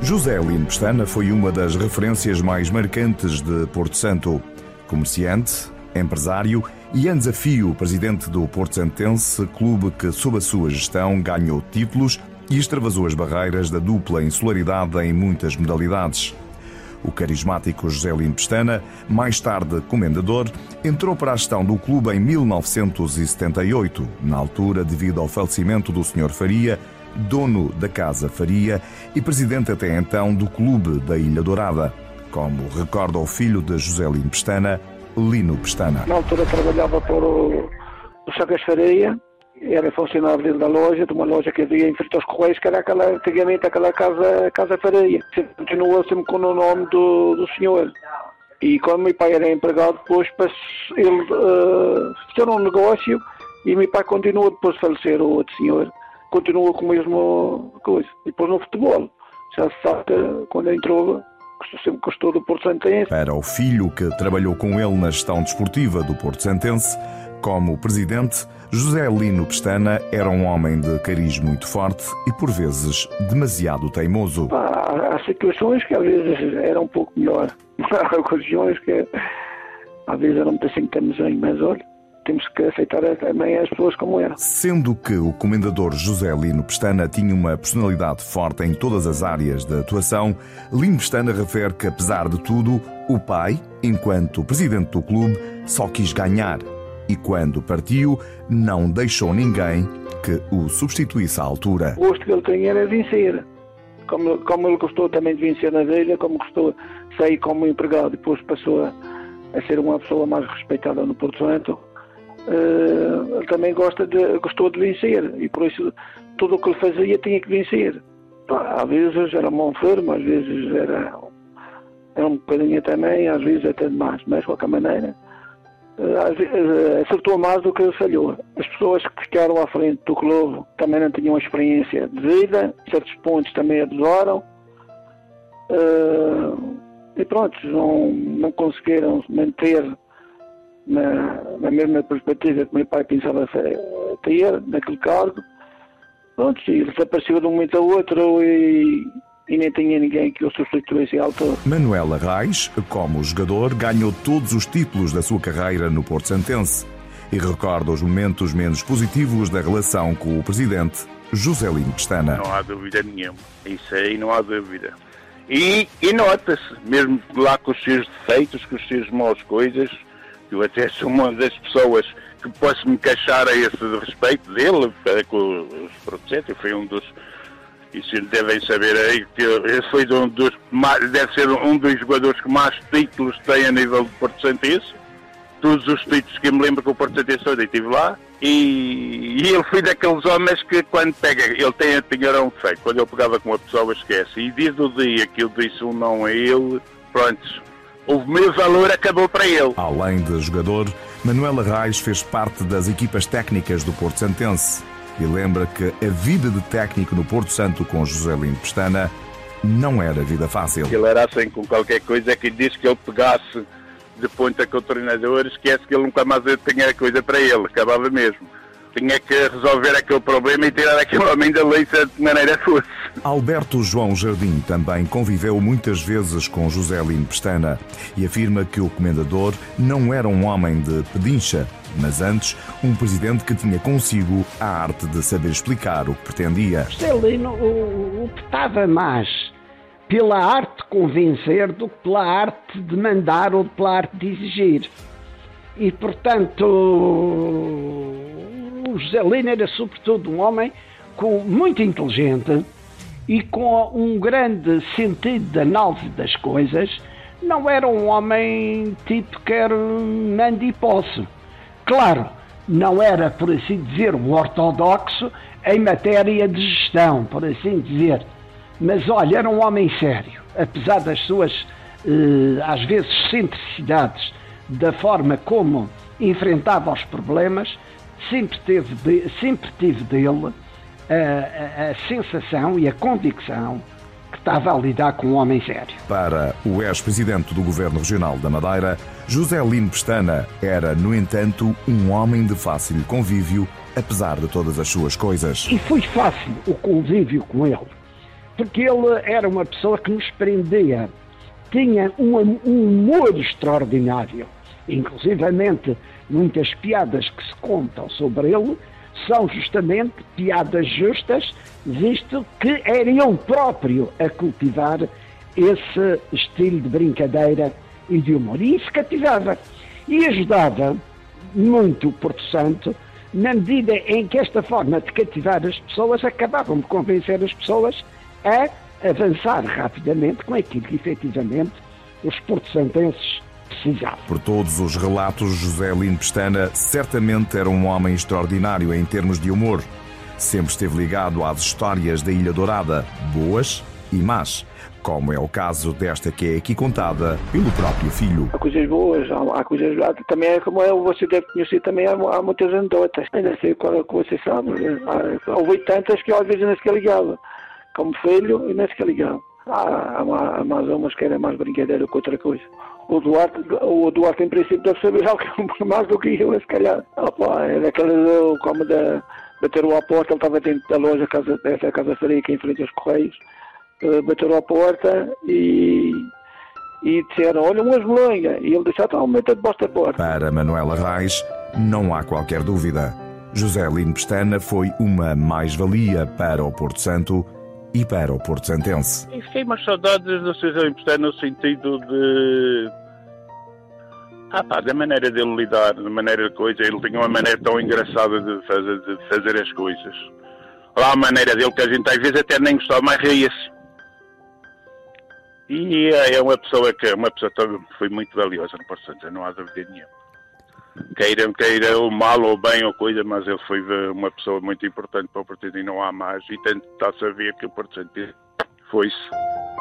José Lino Pestana foi uma das referências mais marcantes de Porto Santo. Comerciante, empresário e em desafio presidente do Porto-Santense, clube que, sob a sua gestão, ganhou títulos e extravasou as barreiras da dupla insularidade em muitas modalidades. O carismático José Lino Pestana, mais tarde comendador, entrou para a gestão do clube em 1978, na altura devido ao falecimento do Sr. Faria, dono da Casa Faria e presidente até então do clube da Ilha Dourada, como recorda o filho de José Lino Pestana, Lino Pestana. Na altura trabalhava para o Chagas Faria, era funcionário da loja, de uma loja que havia em frente aos Correios, que era antigamente aquela Casa Faria. Continuou sempre com o nome do senhor. E quando meu pai era empregado, depois ele fizeram um negócio e meu pai continuou, depois de falecer o outro senhor, continua com a mesma coisa. E depois no futebol, já se sabe que quando entrou, sempre gostou do Porto-Santense. Para o filho que trabalhou com ele na gestão desportiva do Porto-Santense, como presidente, José Lino Pestana era um homem de cariz muito forte e, por vezes, demasiado teimoso. Há situações que às vezes eram um pouco melhor. Há ocasiões que às vezes eram muito assim que estamos em, mas olha, temos que aceitar também as pessoas como eram. Sendo que o comendador José Lino Pestana tinha uma personalidade forte em todas as áreas de atuação, Lino Pestana refere que, apesar de tudo, o pai, enquanto presidente do clube, só quis ganhar. E quando partiu, não deixou ninguém que o substituísse à altura. O gosto que ele tinha era vencer. Como ele gostou também de vencer na velha, como gostou de sair como empregado, depois passou a ser uma pessoa mais respeitada no Porto Santo. Ele também gostou de vencer e por isso tudo o que ele fazia tinha que vencer. Às vezes era mão firme, às vezes era um bocadinho também, às vezes até demais, mas de qualquer maneira acertou mais do que falhou. As pessoas que ficaram à frente do clube também não tinham experiência de vida, certos pontos também abusaram e pronto, não conseguiram manter na mesma perspectiva que meu pai pensava ter naquele cargo. Pronto, ele desapareceu de um momento ao outro e nem tinha ninguém que o substituísse à altura. Manuel Arrais, como jogador, ganhou todos os títulos da sua carreira no Porto-Santense e recorda os momentos menos positivos da relação com o presidente José Lino Pestana. Não há dúvida nenhuma, isso aí não há dúvida. E nota-se, mesmo lá com os seus defeitos, com as suas maus coisas, eu até sou uma das pessoas que posso me queixar a esse respeito dele, com os produtos, foi um dos... Isso devem saber aí que esse foi deve ser um dos jogadores que mais títulos tem a nível do Porto-Santense. Todos os títulos que eu me lembro que o Porto-Santense eu estive lá. E ele foi daqueles homens que quando pega, ele tinha um defeito. Quando ele pegava com uma pessoa, esquece. E desde o dia que eu disse um não a ele, pronto, o meu valor acabou para ele. Além de jogador, Manuel Arrais fez parte das equipas técnicas do Porto-Santense. E lembra que a vida de técnico no Porto Santo com José Lino Pestana não era vida fácil. Ele era assim com qualquer coisa que diz que ele pegasse de ponta com o treinador, esquece que ele nunca mais tinha coisa para ele, acabava mesmo. Tinha que resolver aquele problema e tirar aquele homem da liça de maneira fosse. Alberto João Jardim também conviveu muitas vezes com José Lino Pestana e afirma que o comendador não era um homem de pedincha, mas antes um presidente que tinha consigo a arte de saber explicar o que pretendia. José Lino optava mais pela arte de convencer do que pela arte de mandar ou pela arte de exigir. E, portanto, o José Lino era sobretudo um homem muito inteligente e com um grande sentido de análise das coisas. Não era um homem tipo que era mande e posse. Claro, não era, por assim dizer, um ortodoxo em matéria de gestão, por assim dizer. Mas, olha, era um homem sério. Apesar das suas, às vezes, excentricidades, da forma como enfrentava os problemas, sempre tive dele a sensação e a convicção que estava a lidar com um homem sério. Para o ex-presidente do Governo Regional da Madeira, José Lino Pestana era, no entanto, um homem de fácil convívio, apesar de todas as suas coisas. E foi fácil o convívio com ele, porque ele era uma pessoa que nos prendia, tinha um humor extraordinário, inclusivamente muitas piadas que se contam sobre ele são justamente piadas justas, visto que era ele próprio a cultivar esse estilo de brincadeira e de humor. E isso cativava e ajudava muito o Porto Santo, na medida em que esta forma de cativar as pessoas acabavam de convencer as pessoas a avançar rapidamente com aquilo que efetivamente os porto-santenses precisavam. Por todos os relatos, José Lino Pestana certamente era um homem extraordinário em termos de humor. Sempre esteve ligado às histórias da Ilha Dourada, boas e más, como é o caso desta que é aqui contada pelo próprio filho. Há coisas boas, há coisas lá. Também é como você deve conhecer, também há muitas anedotas. Ainda sei qual é que você sabe. Houve tantas que eu às vezes nem sequer ligava. Como filho, e nem sequer ligava. Há mais umas que era mais brincadeira que outra coisa. O Duarte em princípio deve saber algo mais do que eu, se calhar. É daquela como de bateram à porta, ele estava dentro da loja, essa casa faria aqui em frente aos Correios. Bateram à porta e disseram, olha, umas molengas. E ele disse, então aumenta debaixo da porta. Para Manuela Reis, não há qualquer dúvida. José Lino Pestana foi uma mais-valia para o Porto Santo e para o Porto Santense. E fiquei mais saudades do José Lino Pestana no sentido de... da maneira dele lidar, da maneira de coisa. Ele tinha uma maneira tão engraçada de fazer as coisas. Lá a maneira dele que a gente às vezes até nem gostava, mas ria-se. E é uma pessoa que foi muito valiosa no Porto Santo, não há dúvida nenhuma. Queira o mal ou bem ou coisa, mas ele foi uma pessoa muito importante para o partido e não há mais. E tanto está a saber que o Porto Santo foi-se.